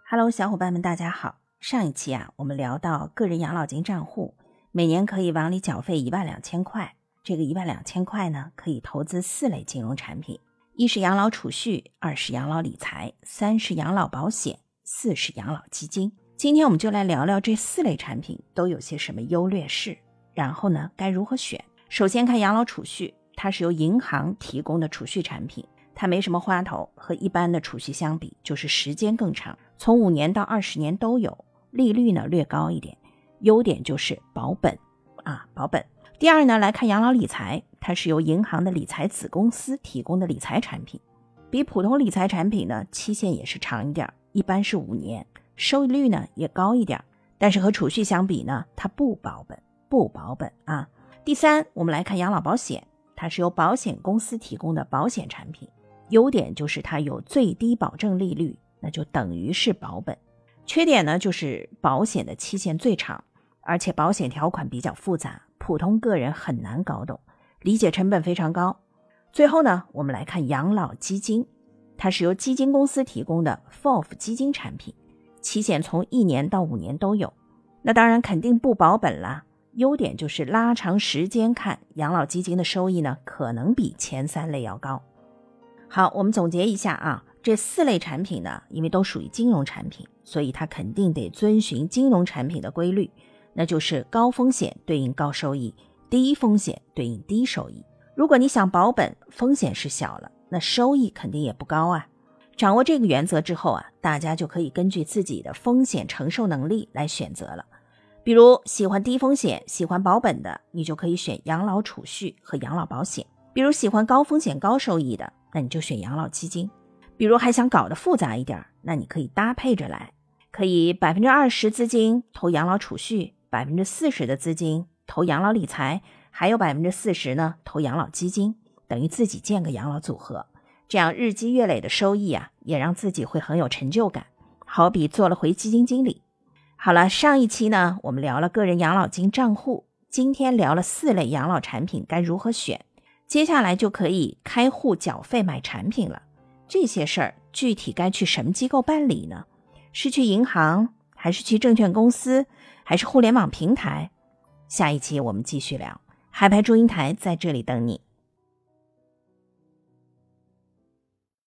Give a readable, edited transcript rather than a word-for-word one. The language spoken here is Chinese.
Hello， 小伙伴们，大家好。上一期我们聊到个人养老金账户，每年可以往里缴费12000块。这个12000块呢，可以投资4类金融产品：一是养老储蓄，二是养老理财，三是养老保险，四是养老基金。今天我们就来聊聊这4类产品都有些什么优劣势，然后呢，该如何选。首先看养老储蓄，它是由银行提供的储蓄产品，它没什么花头，和一般的储蓄相比，就是时间更长，从5年到20年都有，利率呢略高一点，优点就是保本。第二呢，来看养老理财，它是由银行的理财子公司提供的理财产品，比普通理财产品呢期限也是长一点，一般是5年，收益率呢也高一点，但是和储蓄相比呢，它不保本。第三，我们来看养老保险，它是由保险公司提供的保险产品，优点就是它有最低保证利率，那就等于是保本。缺点呢，就是保险的期限最长，而且保险条款比较复杂，普通个人很难搞懂，理解成本非常高。最后呢，我们来看养老基金，它是由基金公司提供的 FOF 基金产品，期限从1年到5年都有，那当然肯定不保本啦。优点就是拉长时间看，养老基金的收益呢，可能比前3类要高。好，我们总结一下这4类产品呢，因为都属于金融产品，所以它肯定得遵循金融产品的规律，那就是高风险对应高收益，低风险对应低收益。如果你想保本，风险是小了，那收益肯定也不高啊。掌握这个原则之后大家就可以根据自己的风险承受能力来选择了。比如喜欢低风险、喜欢保本的，你就可以选养老储蓄和养老保险；比如喜欢高风险高收益的，那你就选养老基金；比如还想搞得复杂一点，那你可以搭配着来，可以 20% 资金投养老储蓄， 40% 的资金投养老理财，还有 40% 呢投养老基金，等于自己建个养老组合，这样日积月累的收益也让自己会很有成就感，好比做了回基金经理。好了，上一期呢，我们聊了个人养老金账户，今天聊了4类养老产品该如何选，接下来就可以开户缴费买产品了。这些事儿具体该去什么机构办理呢？是去银行，还是去证券公司，还是互联网平台？下一期我们继续聊，海派祝英台在这里等你。